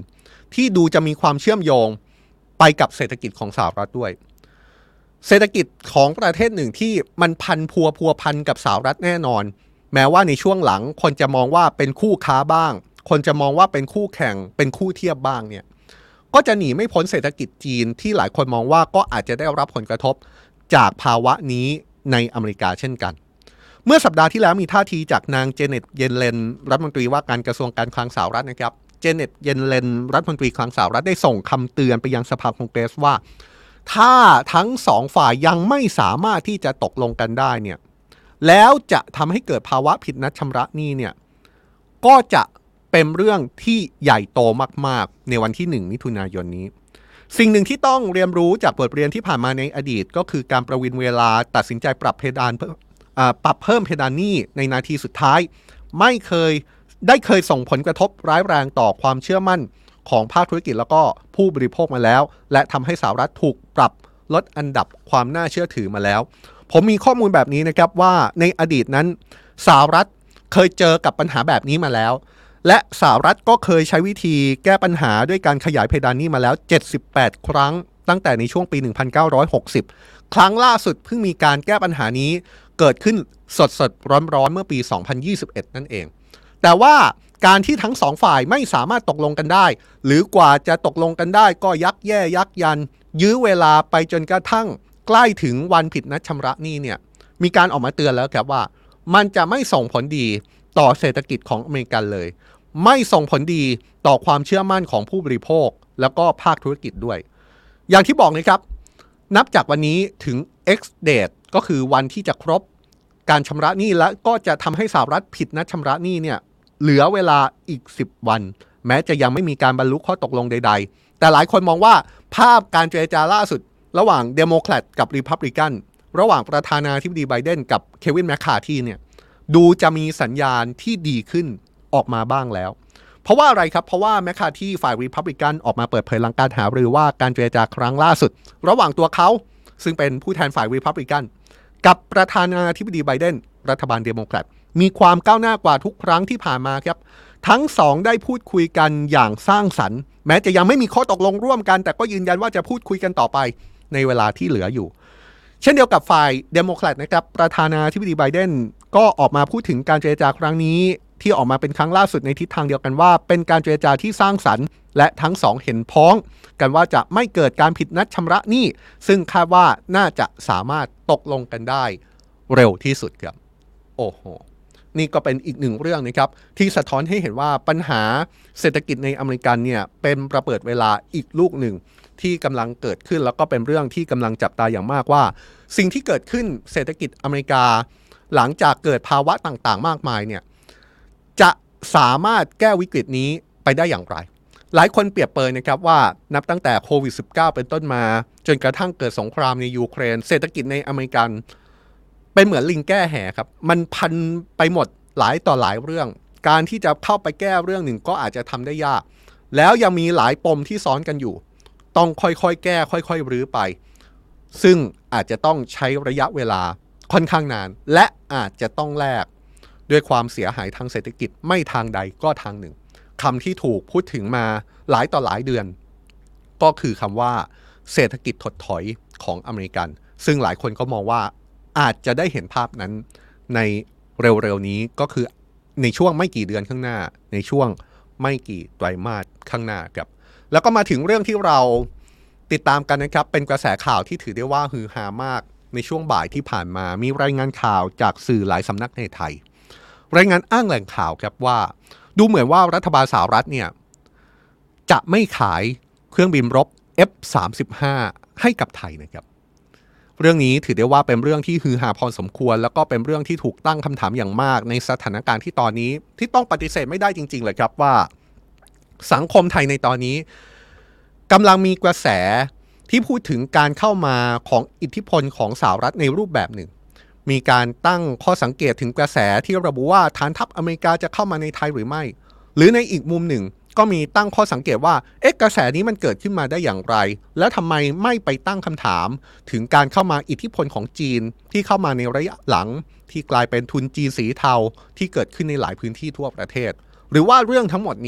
ที่ดูจะมีความเชื่อมโยงไปกับเศรษฐกิจของสหรัฐด้วยเศรษฐกิจของประเทศหนึ่งที่มันพัวพันกับสหรัฐแน่นอนแม้ว่าในช่วงหลังคนจะมองว่าเป็นคู่ค้าบ้างคนจะมองว่าเป็นคู่แข่งเป็นคู่เทียบบ้างเนี่ยก็จะหนีไม่พ้นเศรษฐกิจจีนที่หลายคนมองว่าก็อาจจะได้รับผลกระทบจากภาวะนี้ในอเมริกาเช่นกันเมื่อสัปดาห์ที่แล้วมีท่าทีจากนางเจเน็ตเยนเลนรัฐมนตรีว่าการกระทรวงการคลังสหรัฐนะครับเจเน็ตเยนเลนรัฐมนตรีคลังสหรัฐได้ส่งคำเตือนไปยังสภาคองเกรสว่าถ้าทั้งสองฝ่ายยังไม่สามารถที่จะตกลงกันได้เนี่ยแล้วจะทำให้เกิดภาวะผิดนัดชำระหนี้เนี่ยก็จะเป็นเรื่องที่ใหญ่โตมากๆในวันที่1มิถุนายนนี้สิ่งหนึ่งที่ต้องเรียนรู้จากบทเรียนที่ผ่านมาในอดีตก็คือการประวิงเวลาตัดสินใจปรับเพิ่มเพดานหนี้ในนาทีสุดท้ายไม่เคยส่งผลกระทบร้ายแรงต่อความเชื่อมั่นของภาคธุรกิจแล้วก็ผู้บริโภคมาแล้วและทำให้สหรัฐถูกปรับลดอันดับความน่าเชื่อถือมาแล้วผมมีข้อมูลแบบนี้นะครับว่าในอดีตนั้นสหรัฐเคยเจอกับปัญหาแบบนี้มาแล้วและสหรัฐก็เคยใช้วิธีแก้ปัญหาด้วยการขยายเพดานหนี้มาแล้ว78ครั้งตั้งแต่ในช่วงปี1960ครั้งล่าสุดเพิ่งมีการแก้ปัญหานี้เกิดขึ้นสดร้อนเมื่อปี2021นั่นเองแต่ว่าการที่ทั้งสองฝ่ายไม่สามารถตกลงกันได้หรือกว่าจะตกลงกันได้ก็ยักยันยื้อเวลาไปจนกระทั่งใกล้ถึงวันผิดนัดชำระหนี้เนี่ยมีการออกมาเตือนแล้วครับว่ามันจะไม่ส่งผลดีต่อเศรษฐกิจของอเมริกันเลยไม่ส่งผลดีต่อความเชื่อมั่นของผู้บริโภคแล้วก็ภาคธุรกิจด้วยอย่างที่บอกนะครับนับจากวันนี้ถึง X date ก็คือวันที่จะครบการชำระหนี้และก็จะทำให้สหรัฐผิดนัดชำระหนี้เนี่ยเหลือเวลาอีก10วันแม้จะยังไม่มีการบรรลุข้อตกลงใดๆแต่หลายคนมองว่าภาพการเจรจาล่าสุดระหว่างเดโมแครตกับรีพับลิกันระหว่างประธานาธิบดีไบเดนกับเควินแมคคาร์ธีเนี่ยดูจะมีสัญญาณที่ดีขึ้นออกมาบ้างแล้วเพราะว่าอะไรครับเพราะว่าแมคคาร์ธีฝ่ายรีพับลิกันออกมาเปิดเผยหลังการหารือว่าการเจรจาครั้งล่าสุดระหว่างตัวเขาซึ่งเป็นผู้แทนฝ่ายรีพับลิกันกับประธานาธิบดีไบเดนรัฐบาลเดโมแครตมีความก้าวหน้ากว่าทุกครั้งที่ผ่านมาครับทั้งสองได้พูดคุยกันอย่างสร้างสรรค์แม้จะยังไม่มีข้อตกลงร่วมกันแต่ก็ยืนยันว่าจะพูดคุยกันต่อไปในเวลาที่เหลืออยู่เช่นเดียวกับฝ่ายเดโมแครตนะครับประธานาธิบดีไบเดนก็ออกมาพูดถึงการเจรจาครั้งนี้ที่ออกมาเป็นครั้งล่าสุดในทิศทางเดียวกันว่าเป็นการเจรจาที่สร้างสรรค์และทั้งสองเห็นพ้องกันว่าจะไม่เกิดการผิดนัดชำระหนี้ซึ่งคาดว่าน่าจะสามารถตกลงกันได้เร็วที่สุดครับโอ้โหนี่ก็เป็นอีกหนึ่งเรื่องนะครับที่สะท้อนให้เห็นว่าปัญหาเศรษฐกิจในอเมริกันเนี่ยเป็นระเบิดเวลาอีกลูกหนึ่งที่กำลังเกิดขึ้นแล้วก็เป็นเรื่องที่กำลังจับตาอย่างมากว่าสิ่งที่เกิดขึ้นเศรษฐกิจอเมริกาหลังจากเกิดภาวะต่างๆมากมายเนี่ยจะสามารถแก้วิกฤตนี้ไปได้อย่างไรหลายคนเปรียบเปรยนะครับว่านับตั้งแต่โควิด -19 เป็นต้นมาจนกระทั่งเกิดสงครามในยูเครนเศรษฐกิจในอเมริกันเป็นเหมือนลิงแก้แหครับมันพันไปหมดหลายต่อหลายเรื่องการที่จะเข้าไปแก้เรื่องหนึ่งก็อาจจะทำได้ยากแล้วยังมีหลายปมที่ซ้อนกันอยู่ต้องค่อยๆแก้ค่อยๆรื้อไปซึ่งอาจจะต้องใช้ระยะเวลาค่อนข้างนานและอาจจะต้องแลกด้วยความเสียหายทางเศรษฐกิจไม่ทางใดก็ทางหนึ่งคำที่ถูกพูดถึงมาหลายต่อหลายเดือนก็คือคำว่าเศรษฐกิจถดถอยของอเมริกันซึ่งหลายคนก็มองว่าอาจจะได้เห็นภาพนั้นในเร็วๆนี้ก็คือในช่วงไม่กี่เดือนข้างหน้าในช่วงไม่กี่ไตรมาสข้างหน้าครับแล้วก็มาถึงเรื่องที่เราติดตามกันนะครับเป็นกระแสข่าวที่ถือได้ว่าฮือฮามากในช่วงบ่ายที่ผ่านมามีรายงานข่าวจากสื่อหลายสำนักในไทยรายงานอ้างแหล่งข่าวครับว่าดูเหมือนว่ารัฐบาลสหรัฐเนี่ยจะไม่ขายเครื่องบินรบ F-35 ให้กับไทยนะครับเรื่องนี้ถือได้ว่าเป็นเรื่องที่ฮือฮาพอสมควรแล้วก็เป็นเรื่องที่ถูกตั้งคำถามอย่างมากในสถานการณ์ที่ตอนนี้ที่ต้องปฏิเสธไม่ได้จริงๆเลยครับว่าสังคมไทยในตอนนี้กำลังมีกระแสที่พูดถึงการเข้ามาของอิทธิพลของสหรัฐในรูปแบบหนึ่งมีการตั้งข้อสังเกตถึงกระแสที่ระบุว่าฐานทัพอเมริกาจะเข้ามาในไทยหรือไม่หรือในอีกมุมหนึ่งก็มีตั้งข้อสังเกตว่ากระแสนี้มันเกิดขึ้นมาได้อย่างไรและทำไมไม่ไปตั้งคำถามถึงการเข้ามาอิทธิพลของจีนที่เข้ามาในระยะหลังที่กลายเป็นทุนจีนสีเทาที่เกิดขึ้นในหลายพื้นที่ทั่วประเทศหรือว่าเรื่องทั้งหมดนี้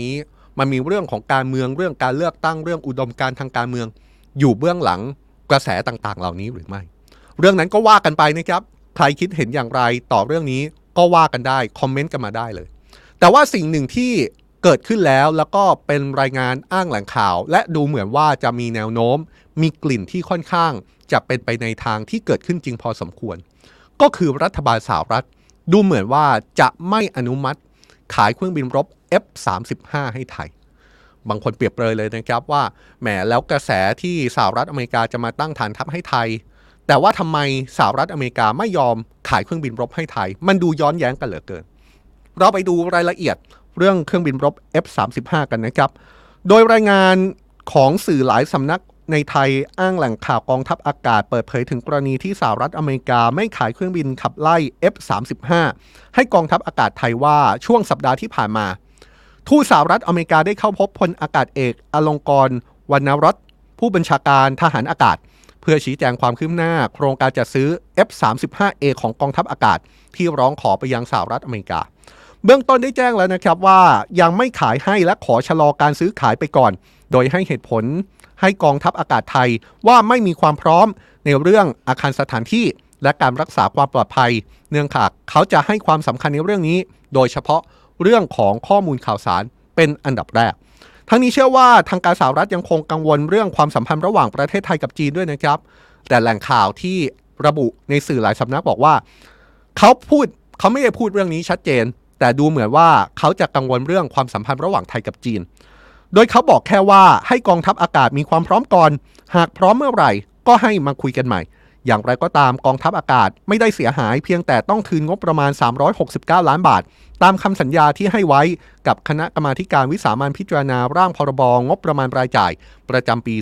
มันมีเรื่องของการเมืองเรื่องการเลือกตั้งเรื่องอุดมการณ์ทางการเมืองอยู่เบื้องหลังกระแสต่างๆเหล่านี้หรือไม่เรื่องนั้นก็ว่ากันไปนะครับใครคิดเห็นอย่างไรต่อเรื่องนี้ก็ว่ากันได้คอมเมนต์กันมาได้เลยแต่ว่าสิ่งหนึ่งที่เกิดขึ้นแล้วก็เป็นรายงานอ้างแหล่งข่าวและดูเหมือนว่าจะมีแนวโน้มมีกลิ่นที่ค่อนข้างจะเป็นไปในทางที่เกิดขึ้นจริงพอสมควรก็คือรัฐบาลสหรัฐดูเหมือนว่าจะไม่อนุมัติขายเครื่องบินรบ F-35 ให้ไทยบางคนเปรียบเปรยเลยนะครับว่าแหมแล้วกระแสที่สหรัฐอเมริกาจะมาตั้งฐานทัพให้ไทยแต่ว่าทำไมสหรัฐอเมริกาไม่ยอมขายเครื่องบินรบให้ไทยมันดูย้อนแย้งกันเหลือเกินเราไปดูรายละเอียดเรื่องเครื่องบินรบ F-35 กันนะครับโดยรายงานของสื่อหลายสำนักในไทยอ้างแหล่งข่าวกองทัพอากาศเปิดเผยถึงกรณีที่สหรัฐอเมริกาไม่ขายเครื่องบินขับไล่ F-35 ให้กองทัพอากาศไทยว่าช่วงสัปดาห์ที่ผ่านมาทูตสหรัฐอเมริกาได้เข้าพบพลอากาศเอกอลงกรณ์ วรรณรัตน์ผู้บัญชาการทหารอากาศเพื่อชี้แจงความคืบหน้าโครงการจัดซื้อ F-35A ของกองทัพอากาศที่ร้องขอไปยังสหรัฐอเมริกาเบื้องต้นได้แจ้งแล้วนะครับว่ายังไม่ขายให้และขอชะลอการซื้อขายไปก่อนโดยให้เหตุผลให้กองทัพอากาศไทยว่าไม่มีความพร้อมในเรื่องอาคารสถานที่และการรักษาความปลอดภัยเนื่องจากเขาจะให้ความสำคัญในเรื่องนี้โดยเฉพาะเรื่องของข้อมูลข่าวสารเป็นอันดับแรกทั้งนี้เชื่อว่าทางการสหรัฐยังคงกังวลเรื่องความสัมพันธ์ระหว่างประเทศไทยกับจีนด้วยนะครับแต่แหล่งข่าวที่ระบุในสื่อหลายสำนักบอกว่าเขาไม่ได้พูดเรื่องนี้ชัดเจนแต่ดูเหมือนว่าเขาจะกังวลเรื่องความสัมพันธ์ระหว่างไทยกับจีนโดยเขาบอกแค่ว่าให้กองทัพอากาศมีความพร้อมก่อนหากพร้อมเมื่อไหร่ก็ให้มาคุยกันใหม่อย่างไรก็ตามกองทัพอากาศไม่ได้เสียหายเพียงแต่ต้องคืนงบประมาณ369ล้านบาทตามคำสัญญาที่ให้ไว้กับคณะกรรมาการวิสามัญพิจารณาร่างพรบงบประมาณรายจ่ายประจำปี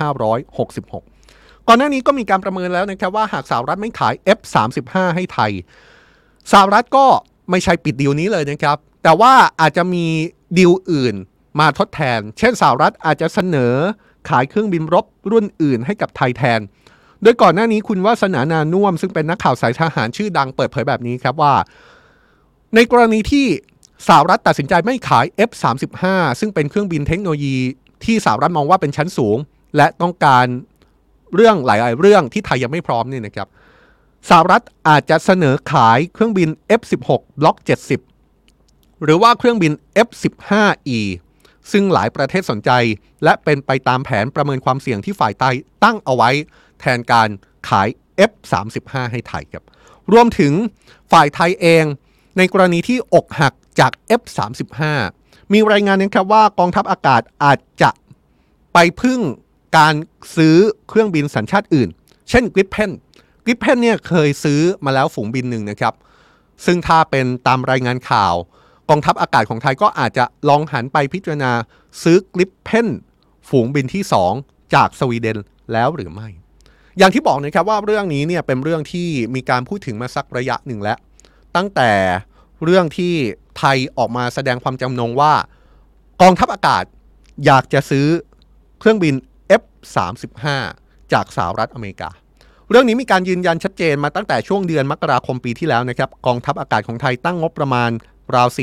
2566ก่อนหน้านี้ก็มีการประเมินแล้วนะครับว่าหากสหรัฐไม่ขาย F-35 ให้ไทยสหรัฐก็ไม่ใช่ปิดดีลนี้เลยนะครับแต่ว่าอาจจะมีดีลอื่นมาทดแทนเช่นสหรัฐอาจจะเสนอขายเครื่องบินรบรุ่นอื่นให้กับไทยแทนโดยก่อนหน้านี้คุณวาสนานานุ่วมซึ่งเป็นนักข่าวสายทหารชื่อดังเปิดเผยแบบนี้ครับว่าในกรณีที่สหรัฐตัดสินใจไม่ขาย F-35 ซึ่งเป็นเครื่องบินเทคโนโลยีที่สหรัฐมองว่าเป็นชั้นสูงและต้องการเรื่องหลายๆเรื่องที่ไทยยังไม่พร้อมเนี่ยนะครับสหรัฐอาจจะเสนอขายเครื่องบิน F-16 Block 70หรือว่าเครื่องบิน F-15E ซึ่งหลายประเทศสนใจและเป็นไปตามแผนประเมินความเสี่ยงที่ฝ่ายไทยตั้งเอาไว้แทนการขาย F-35 ให้ไทยครับรวมถึงฝ่ายไทยเองในกรณีที่อกหักจาก F-35 มีรายงานนะครับว่ากองทัพอากาศอาจจะไปพึ่งการซื้อเครื่องบินสัญชาติอื่นเช่น Gripen เนี่ยเคยซื้อมาแล้วฝูงบินหนึ่งนะครับซึ่งถ้าเป็นตามรายงานข่าวกองทัพอากาศของไทยก็อาจจะลองหันไปพิจารณาซื้อกริปเพนฝูงบินที่2จากสวีเดนแล้วหรือไม่อย่างที่บอกนะครับว่าเรื่องนี้เนี่ยเป็นเรื่องที่มีการพูดถึงมาสักระยะหนึ่งแล้วตั้งแต่เรื่องที่ไทยออกมาแสดงความจำนงว่ากองทัพอากาศอยากจะซื้อเครื่องบิน F-35 จากสหรัฐอเมริกาเรื่องนี้มีการยืนยันชัดเจนมาตั้งแต่ช่วงเดือนมกราคมปีที่แล้วนะครับกองทัพอากาศของไทยตั้งงบประมาณราว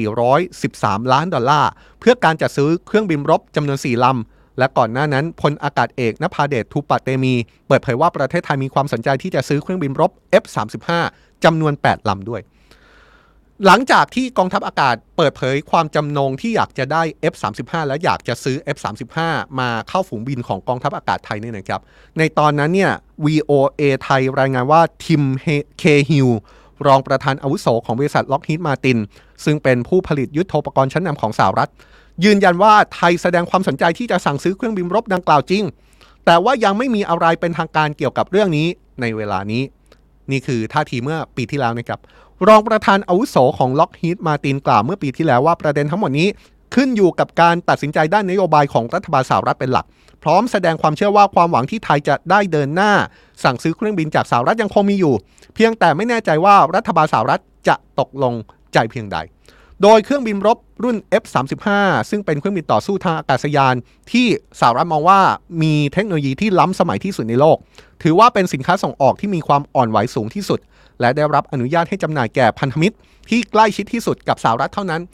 413ล้านดอลลาร์เพื่อการจัดซื้อเครื่องบินรบจำนวน4ลำและก่อนหน้านั้นพลอากาศเอกนภาเดช ทูปะเตมีเปิดเผยว่าประเทศไทยมีความสนใจที่จะซื้อเครื่องบินรบ F-35 จำนวน8ลำด้วยหลังจากที่กองทัพอากาศเปิดเผยความจำนงที่อยากจะได้ F-35 และอยากจะซื้อ F-35 มาเข้าฝูงบินของกองทัพอากาศไทยเนี่ยนะครับในตอนนั้นเนี่ย VOA ไทยรายงานว่าทิมเคฮิลรองประธานอาวุโสของบริษัทล็อกฮีดมาร์ตินซึ่งเป็นผู้ผลิตยุทโธปกรณ์ชั้นนำของสหรัฐยืนยันว่าไทยแสดงความสนใจที่จะสั่งซื้อเครื่องบินรบดังกล่าวจริงแต่ว่ายังไม่มีอะไรเป็นทางการเกี่ยวกับเรื่องนี้ในเวลานี้นี่คือท่าทีเมื่อปีที่แล้วนะครับรองประธานอาวุโสของล็อกฮีดมาร์ตินกล่าวเมื่อปีที่แล้วว่าประเด็นทั้งหมดนี้ขึ้นอยู่กับการตัดสินใจด้านนโยบายของรัฐบาลสหรัฐเป็นหลักพร้อมแสดงความเชื่อว่าความหวังที่ไทยจะได้เดินหน้าสั่งซื้อเครื่องบินจากสหรัฐยังคงมีอยู่เพียงแต่ไม่แน่ใจว่ารัฐบาลสหรัฐจะตกลงใจเพียงใดโดยเครื่องบินรบรุ่น F-35 ซึ่งเป็นเครื่องบินต่อสู้ทางอากาศยานที่สหรัฐมองว่ามีเทคโนโลยีที่ล้ำสมัยที่สุดในโลกถือว่าเป็นสินค้าส่งออกที่มีความอ่อนไหวสูงที่สุดและได้รับอนุญาตให้จำหน่ายแก่พันธมิตรที่ใกล้ชิดที่สุดกับสหรัฐเท่านั้น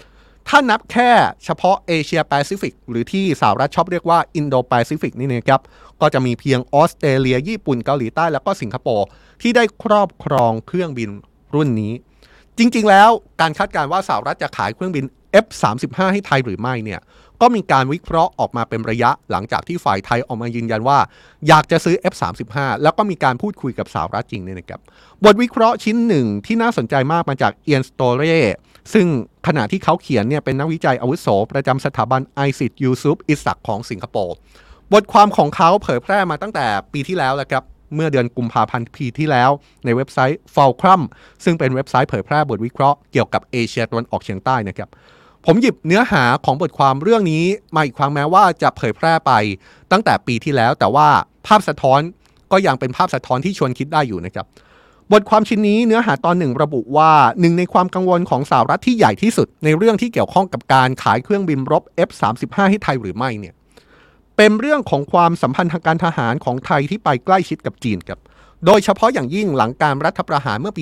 ถ้านับแค่เฉพาะเอเชียแปซิฟิกหรือที่สหรัฐชอบเรียกว่าอินโดแปซิฟิกนี่นะครับก็จะมีเพียงออสเตรเลียญี่ปุ่นเกาหลีใต้แล้วก็สิงคโปร์ที่ได้ครอบครองเครื่องบินรุ่นนี้จริงๆแล้วการคาดการณ์ว่าสหรัฐจะขายเครื่องบิน F-35 ให้ไทยหรือไม่เนี่ยก็มีการวิเคราะห์ออกมาเป็นระยะหลังจากที่ฝ่ายไทยออกมายืนยันว่าอยากจะซื้อ F-35 แล้วก็มีการพูดคุยกับสหรัฐจริงเนี่ยนะครับบทวิเคราะห์ชิ้นหนึ่งที่น่าสนใจมากมาจากเอียนสโตเร่ซึ่งขณะที่เขาเขียนเนี่ยเป็นนักวิจัยอาวุโสประจำสถาบันไอซิดยูซุฟอิสักของสิงคโปร์บทความของเขาเผยแพร่มาตั้งแต่ปีที่แล้วแล้วครับเมื่อเดือนกุมภาพันธ์ปีที่แล้วในเว็บไซต์ Fulcrum ซึ่งเป็นเว็บไซต์เผยแพร่บทวิเคราะห์เกี่ยวกับเอเชียตะวันออกเฉียงใต้นะครับผมหยิบเนื้อหาของบทความเรื่องนี้มาอีกครั้งแม้ว่าจะเผยแพร่ไปตั้งแต่ปีที่แล้วแต่ว่าภาพสะท้อนก็ยังเป็นภาพสะท้อนที่ชวนคิดได้อยู่นะครับบทความชิ้นนี้เนื้อหาตอนหนึ่งระบุว่าหนึ่งในความกังวลของสหรัฐที่ใหญ่ที่สุดในเรื่องที่เกี่ยวข้องกับการขายเครื่องบินรบ F-35 ให้ไทยหรือไม่เนี่ยเป็นเรื่องของความสัมพันธ์ทางการทหารของไทยที่ไปใกล้ชิดกับจีนครับโดยเฉพาะอย่างยิ่งหลังการรัฐประหารเมื่อปี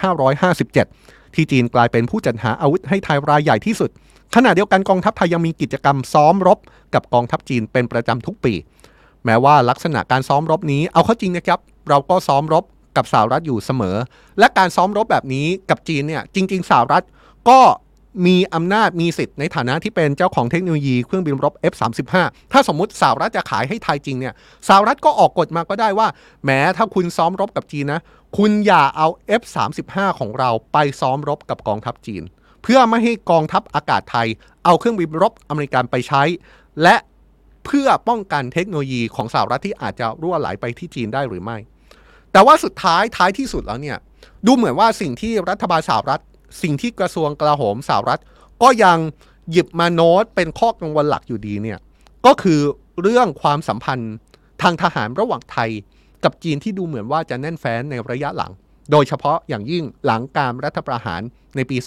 2557 ที่จีนกลายเป็นผู้จัดหาอาวุธให้ไทยรายใหญ่ที่สุดขณะเดียวกันกองทัพไทยยังมีกิจกรรมซ้อมรบกับกองทัพจีนเป็นประจำทุกปีแม้ว่าลักษณะการซ้อมรบนี้เอาเข้าจริงนะครับเราก็ซ้อมรบกับสหรัฐอยู่เสมอและการซ้อมรบแบบนี้กับจีนเนี่ยจริงๆสหรัฐก็มีอำนาจมีสิทธิ์ในฐานะที่เป็นเจ้าของเทคโนโลยีเครื่องบินรบ F-35 ถ้าสมมุติสหรัฐจะขายให้ไทยจริงเนี่ยสหรัฐก็ออกกฎมาก็ได้ว่าแม้ถ้าคุณซ้อมรบกับจีนนะคุณอย่าเอา F-35 ของเราไปซ้อมรบกับกองทัพจีนเพื่อไม่ให้กองทัพอากาศไทยเอาเครื่องบินรบอเมริกันไปใช้และเพื่อป้องกันเทคโนโลยีของสหรัฐที่อาจจะรั่วไหลไปที่จีนได้หรือไม่แต่ว่าสุดท้ายที่สุดแล้วเนี่ยดูเหมือนว่าสิ่งที่รัฐบาลสหรัฐสิ่งที่กระทรวงกลาโหมสหรัฐก็ยังหยิบมาโน้ตเป็นข้อกังวลหลักอยู่ดีเนี่ยก็คือเรื่องความสัมพันธ์ทางทหารระหว่างไทยกับจีนที่ดูเหมือนว่าจะแน่นแฟ้นในระยะหลังโดยเฉพาะอย่างยิ่งหลังการรัฐประหารในปี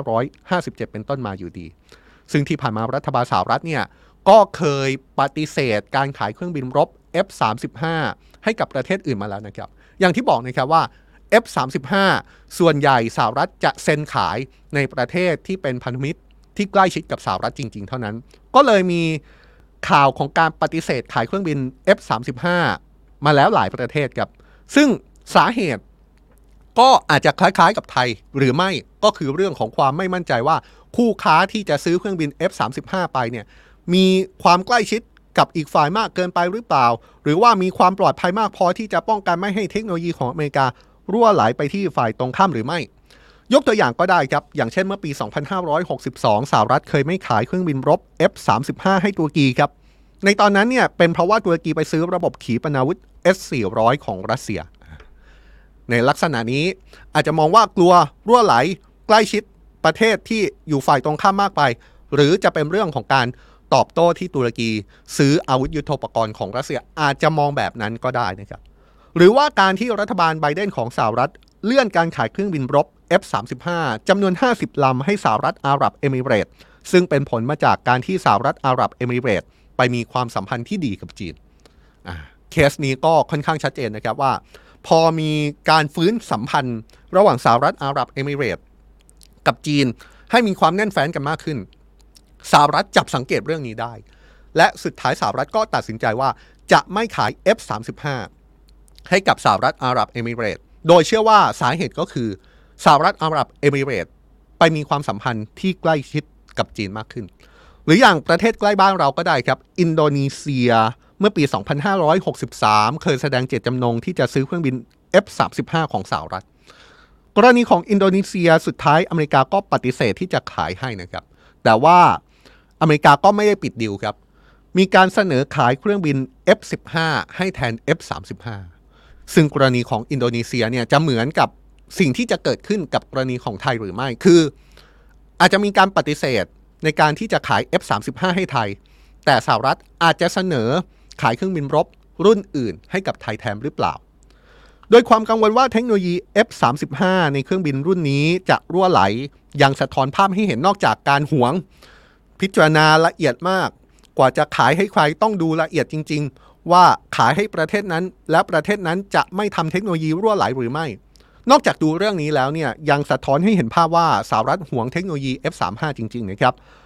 2557 เป็นต้นมาอยู่ดีซึ่งที่ผ่านมารัฐบาลสหรัฐเนี่ยก็เคยปฏิเสธการขายเครื่องบินรบ F-35 ให้กับประเทศอื่นมาแล้วนะครับอย่างที่บอกนะครับว่า F-35 ส่วนใหญ่สหรัฐจะเซ็นขายในประเทศที่เป็นพันธมิตรที่ใกล้ชิดกับสหรัฐจริงๆเท่านั้นก็เลยมีข่าวของการปฏิเสธขายเครื่องบิน F-35 มาแล้วหลายประเทศครับซึ่งสาเหตุก็อาจจะคล้ายๆกับไทยหรือไม่ก็คือเรื่องของความไม่มั่นใจว่าคู่ค้าที่จะซื้อเครื่องบิน F-35 ไปเนี่ยมีความใกล้ชิดกับอีกฝ่ายมากเกินไปหรือเปล่าหรือว่ามีความปลอดภัยมากพอที่จะป้องกันไม่ให้เทคโนโลยีของอเมริการั่วไหลไปที่ฝ่ายตรงข้ามหรือไม่ยกตัวอย่างก็ได้ครับอย่างเช่นเมื่อปี 2562 สหรัฐเคยไม่ขายเครื่องบินรบ F-35 ให้ตุรกีครับในตอนนั้นเนี่ยเป็นเพราะว่าตุรกีไปซื้อระบบขีปนาวุธ S-400 ของรัสเซียในลักษณะนี้อาจจะมองว่ากลัวรั่วไหลใกล้ชิดประเทศที่อยู่ฝ่ายตรงข้ามมากไปหรือจะเป็นเรื่องของการตอบโต้ที่ตุรกีซื้ออาวุธยุทโธปกรณ์ของรัสเซียอาจจะมองแบบนั้นก็ได้นะครับหรือว่าการที่รัฐบาลไบเดนของสหรัฐเลื่อนการขายเครื่องบินรบ F-35 จำนวน50ลำให้สหรัฐอาหรับเอมิเรตส์ซึ่งเป็นผลมาจากการที่สหรัฐอาหรับเอมิเรตส์ไปมีความสัมพันธ์ที่ดีกับจีนเคสนี้ก็ค่อนข้างชัดเจนนะครับว่าพอมีการฟื้นสัมพันธ์ระหว่างสหรัฐอาหรับเอมิเรตส์กับจีนให้มีความแน่นแฟ้นกันมากขึ้นสหรัฐจับสังเกตเรื่องนี้ได้และสุดท้ายสหรัฐก็ตัดสินใจว่าจะไม่ขาย F-35 ให้กับสหรัฐอาหรับเอมิเรตส์โดยเชื่อว่าสาเหตุก็คือสหรัฐอาหรับเอมิเรตส์ไปมีความสัมพันธ์ที่ใกล้ชิดกับจีนมากขึ้นหรืออย่างประเทศใกล้บ้านเราก็ได้ครับอินโดนีเซียเมื่อปี 2563 เคยแสดงเจตจำนงที่จะซื้อเครื่องบิน F-35 ของสหรัฐกรณีของอินโดนีเซียสุดท้ายอเมริกาก็ปฏิเสธที่จะขายให้นะครับแต่ว่าอเมริกาก็ไม่ได้ปิดดีลครับมีการเสนอขายเครื่องบิน F-15 ให้แทน F-35 ซึ่งกรณีของอินโดนีเซียเนี่ยจะเหมือนกับสิ่งที่จะเกิดขึ้นกับกรณีของไทยหรือไม่คืออาจจะมีการปฏิเสธในการที่จะขาย F-35 ให้ไทยแต่สหรัฐอาจจะเสนอขายเครื่องบินรบรุ่นอื่นให้กับไทยแทนหรือเปล่าโดยความกังวลว่าเทคโนโลยี F-35 ในเครื่องบินรุ่นนี้จะรั่วไหลยังสะท้อนภาพให้เห็นนอกจากการหวงพิจารณาละเอียดมากกว่าจะขายให้ใครต้องดูละเอียดจริงๆว่าขายให้ประเทศนั้นและประเทศนั้นจะไม่ทำเทคโนโลยีรั่วไหลหรือไม่นอกจากดูเรื่องนี้แล้วเนี่ยยังสะท้อนให้เห็นภาพว่าสหรัฐหวงเทคโนโลยี F-35 จริงๆนะครับ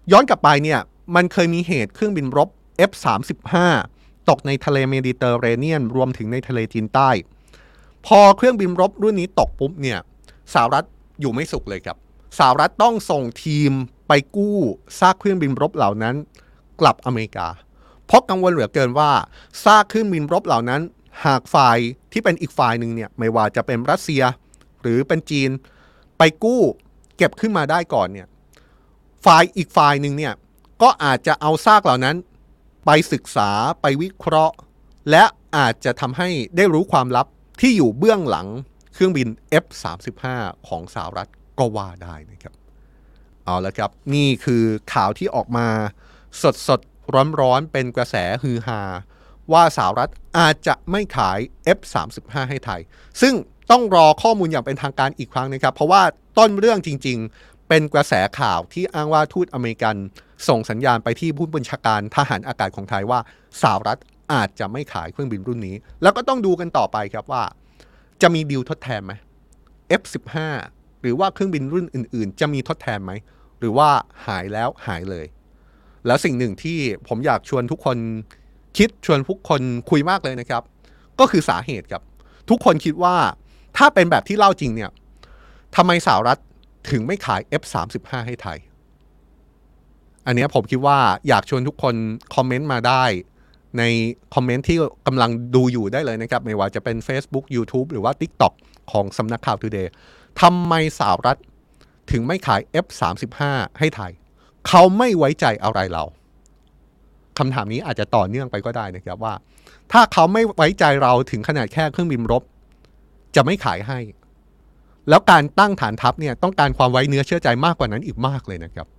ย้อนกลับไปเนี่ยมันเคยมีเหตุเครื่องบินรบ F-35 ตกในทะเลเมดิเตอร์เรเนียนรวมถึงในทะเลจีนใต้พอเครื่องบินรบรุ่นนี้ตกปุ๊บเนี่ยสหรัฐอยู่ไม่สุขเลยครับสหรัฐต้องส่งทีมไปกู้ซากเครื่องบินรบเหล่านั้นกลับอเมริกาเพราะกังวลเหลือเกินว่าซากเครื่องบินรบเหล่านั้นหากฝ่ายที่เป็นอีกฝ่ายหนึ่งเนี่ยไม่ว่าจะเป็นรัสเซียหรือเป็นจีนไปกู้เก็บขึ้นมาได้ก่อนเนี่ยฝ่ายอีกฝ่ายหนึ่งเนี่ยก็อาจจะเอาซากเหล่านั้นไปศึกษาไปวิเคราะห์และอาจจะทำให้ได้รู้ความลับที่อยู่เบื้องหลังเครื่องบิน F-35 ของสหรัฐก็ว่าได้นะครับเอาละครับนี่คือข่าวที่ออกมาสดร้อนๆเป็นกระแสฮือฮาว่าสหรัฐอาจจะไม่ขาย F-35 ให้ไทยซึ่งต้องรอข้อมูลอย่างเป็นทางการอีกครั้งนะครับเพราะว่าต้นเรื่องจริงๆเป็นกระแสข่าวที่อ้างว่าทูตอเมริกันส่งสัญญาณไปที่ผู้บัญชาการทหารอากาศของไทยว่าสหรัฐอาจจะไม่ขายเครื่องบินรุ่นนี้แล้วก็ต้องดูกันต่อไปครับว่าจะมีดีลทดแทนไหม F-15 หรือว่าเครื่องบินรุ่นอื่นๆจะมีทดแทนไหมหรือว่าหายแล้วหายเลยแล้วสิ่งหนึ่งที่ผมอยากชวนทุกคนคิดชวนทุกคนคุยมากเลยนะครับก็คือสาเหตุครับทุกคนคิดว่าถ้าเป็นแบบที่เล่าจริงเนี่ยทำไมสหรัฐถึงไม่ขาย F-35 ให้ไทยอันนี้ผมคิดว่าอยากชวนทุกคนคอมเมนต์มาได้ในคอมเมนต์ที่กำลังดูอยู่ได้เลยนะครับไม่ว่าจะเป็น Facebook YouTube หรือว่า TikTok ของสำนักข่าว Today ทำไมสหรัฐถึงไม่ขาย F-35 ให้ไทยเขาไม่ไว้ใจอะไรเราคำถามนี้อาจจะต่อเนื่องไปก็ได้นะครับว่าถ้าเขาไม่ไว้ใจเราถึงขนาดแค่เครื่องบินรบจะไม่ขายให้แล้วการตั้งฐานทัพเนี่ยต้องการความไว้เนื้อเชื่อใจมากกว่านั้นอีกมากเลยนะครับ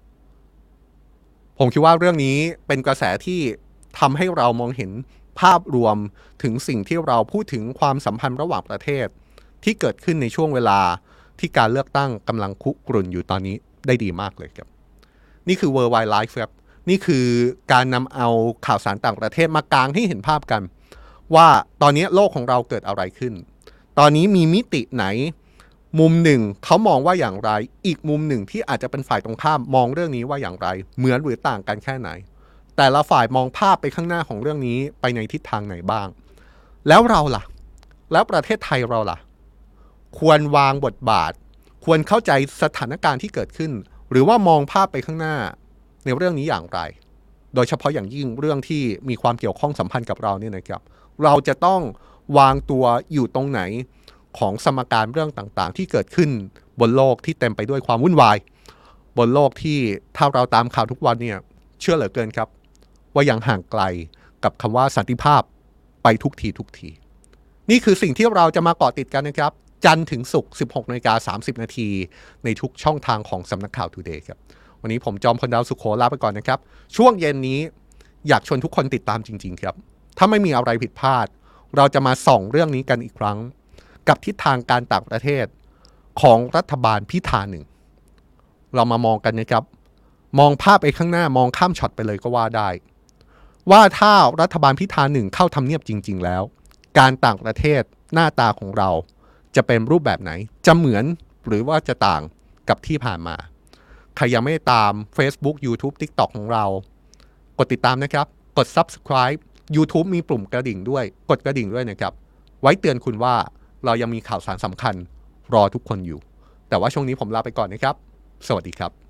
ผมคิดว่าเรื่องนี้เป็นกระแสที่ทำให้เรามองเห็นภาพรวมถึงสิ่งที่เราพูดถึงความสัมพันธ์ระหว่างประเทศที่เกิดขึ้นในช่วงเวลาที่การเลือกตั้งกำลังคุกรุ่นอยู่ตอนนี้ได้ดีมากเลยครับนี่คือ Worldwide Life ครับนี่คือการนำเอาข่าวสารต่างประเทศมากางให้เห็นภาพกันว่าตอนนี้โลกของเราเกิดอะไรขึ้นตอนนี้มีมิติไหนมุมหนึ่งเขามองว่าอย่างไรอีกมุมหนึ่งที่อาจจะเป็นฝ่ายตรงข้ามมองเรื่องนี้ว่าอย่างไรเหมือนหรือต่างกันแค่ไหนแต่ละฝ่ายมองภาพไปข้างหน้าของเรื่องนี้ไปในทิศทางไหนบ้างแล้วเราล่ะแล้วประเทศไทยเราล่ะควรวางบทบาทควรเข้าใจสถานการณ์ที่เกิดขึ้นหรือว่ามองภาพไปข้างหน้าในเรื่องนี้อย่างไรโดยเฉพาะอย่างยิ่งเรื่องที่มีความเกี่ยวข้องสัมพันธ์กับเราเนี่ยนะครับเราจะต้องวางตัวอยู่ตรงไหนของสมการเรื่องต่างๆที่เกิดขึ้นบนโลกที่เต็มไปด้วยความวุ่นวายบนโลกที่ถ้าเราตามข่าวทุกวันเนี่ยเชื่อเหลือเกินครับว่ายังห่างไกลกับคำว่าสันติภาพไปทุกทีนี่คือสิ่งที่เราจะมาเกาะติดกันนะครับจันทร์ถึงศุกร์ 16:30 น.ในทุกช่องทางของสำนักข่าว Today ครับวันนี้ผมจอมพลดาวสุโขลาไปก่อนนะครับช่วงเย็นนี้อยากชวนทุกคนติดตามจริงๆครับถ้าไม่มีอะไรผิดพลาดเราจะมาส่องเรื่องนี้กันอีกครั้งกับทิศทางการต่างประเทศของรัฐบาลพิธาหนึ่งเรามามองกันนะครับมองภาพไปข้างหน้ามองข้ามช็อตไปเลยก็ว่าได้ว่าถ้ารัฐบาลพิธาหนึ่งเข้าทำเนียบจริงๆแล้วการต่างประเทศหน้าตาของเราจะเป็นรูปแบบไหนจะเหมือนหรือว่าจะต่างกับที่ผ่านมาใครยังไม่ตาม Facebook YouTube TikTok ของเรากดติดตามนะครับกด Subscribe YouTube มีปุ่มกระดิ่งด้วยกดกระดิ่งด้วยนะครับไว้เตือนคุณว่าเรายังมีข่าวสารสำคัญรอทุกคนอยู่แต่ว่าช่วงนี้ผมลาไปก่อนนะครับสวัสดีครับ